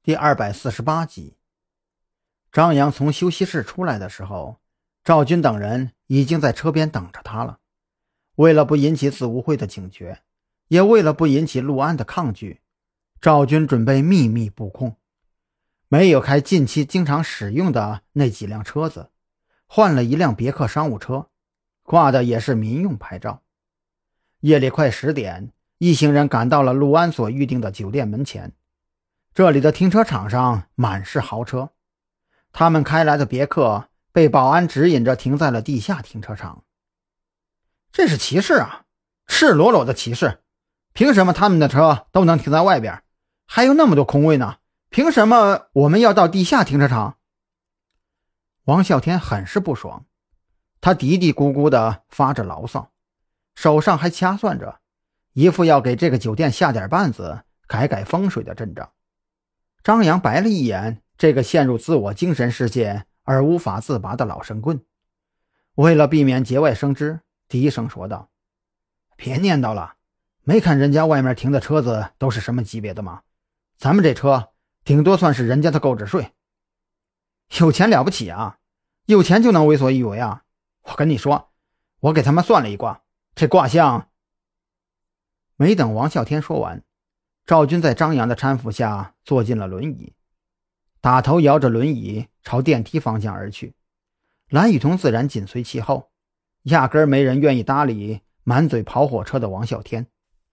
第248集。张扬从休息室出来的时候，赵军等人已经在车边等着他了。为了不引起子午会的警觉，也为了不引起陆安的抗拒，赵军准备秘密布控，没有开近期经常使用的那几辆车子，换了一辆别克商务车，挂的也是民用牌照。夜里快10点，一行人赶到了陆安所预定的酒店门前。这里的停车场上满是豪车，他们开来的别克被保安指引着停在了地下停车场。这是歧视啊，赤裸裸的歧视！凭什么他们的车都能停在外边，还有那么多空位呢？凭什么我们要到地下停车场？王啸天很是不爽，他嘀嘀咕咕地发着牢骚，手上还掐算着，一副要给这个酒店下点绊子改改风水的阵仗。张扬白了一眼这个陷入自我精神世界而无法自拔的老神棍，为了避免节外生枝，低声说道：别念叨了，没看人家外面停的车子都是什么级别的吗？咱们这车顶多算是人家的购置税。有钱了不起啊？有钱就能为所欲为啊？我跟你说，我给他们算了一卦，这卦象……没等王啸天说完，赵军在张扬的搀扶下坐进了轮椅，打头摇着轮椅朝电梯方向而去。蓝雨桐自然紧随其后，压根儿没人愿意搭理满嘴跑火车的王啸天。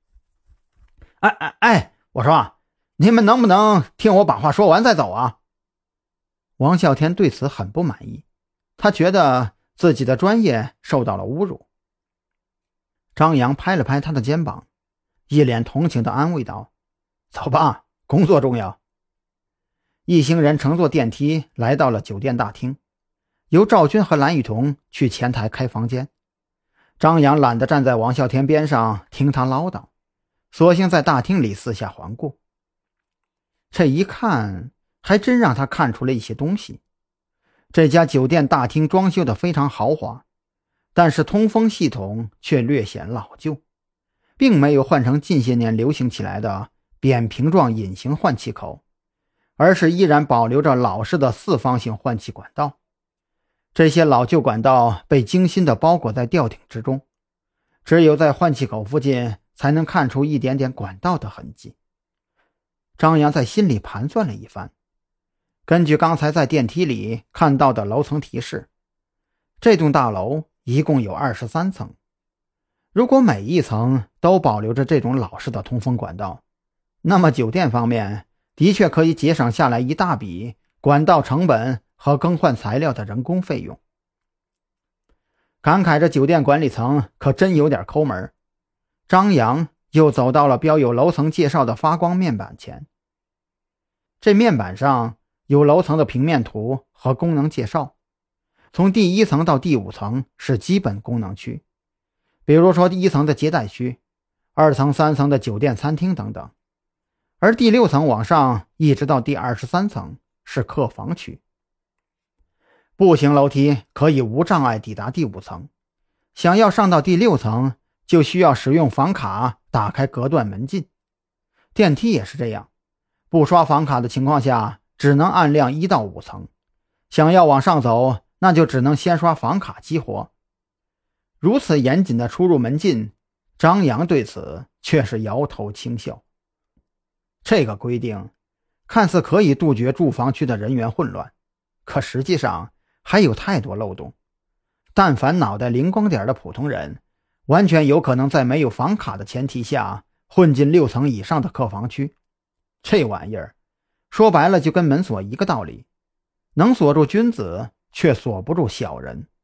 我说你们能不能听我把话说完再走啊？王啸天对此很不满意，他觉得自己的专业受到了侮辱。张扬拍了拍他的肩膀，一脸同情地安慰道：走吧，工作重要。一行人乘坐电梯来到了酒店大厅，由赵军和蓝雨桐去前台开房间。张扬懒得站在王啸天边上听他唠叨，索性在大厅里四下环顾。这一看还真让他看出了一些东西。这家酒店大厅装修得非常豪华，但是通风系统却略显老旧，并没有换成近些年流行起来的扁平状隐形换气口，而是依然保留着老式的四方形换气管道。这些老旧管道被精心地包裹在吊顶之中，只有在换气口附近才能看出一点点管道的痕迹。张扬在心里盘算了一番，根据刚才在电梯里看到的楼层提示，这栋大楼一共有23层。如果每一层都保留着这种老式的通风管道，那么酒店方面的确可以节省下来一大笔管道成本和更换材料的人工费用。感慨着酒店管理层可真有点抠门，张扬又走到了标有楼层介绍的发光面板前。这面板上有楼层的平面图和功能介绍，从第1层到第5层是基本功能区，比如说第1层的接待区，2层、3层的酒店餐厅等等，而第6层往上一直到第23层是客房区。步行楼梯可以无障碍抵达第5层，想要上到第6层就需要使用房卡打开隔断门禁。电梯也是这样，不刷房卡的情况下只能按亮1到5层，想要往上走那就只能先刷房卡激活。如此严谨的出入门禁，张扬对此却是摇头轻笑。这个规定看似可以杜绝住房区的人员混乱，可实际上还有太多漏洞。但凡脑袋灵光点的普通人，完全有可能在没有房卡的前提下混进6层以上的客房区。这玩意儿说白了就跟门锁一个道理，能锁住君子却锁不住小人。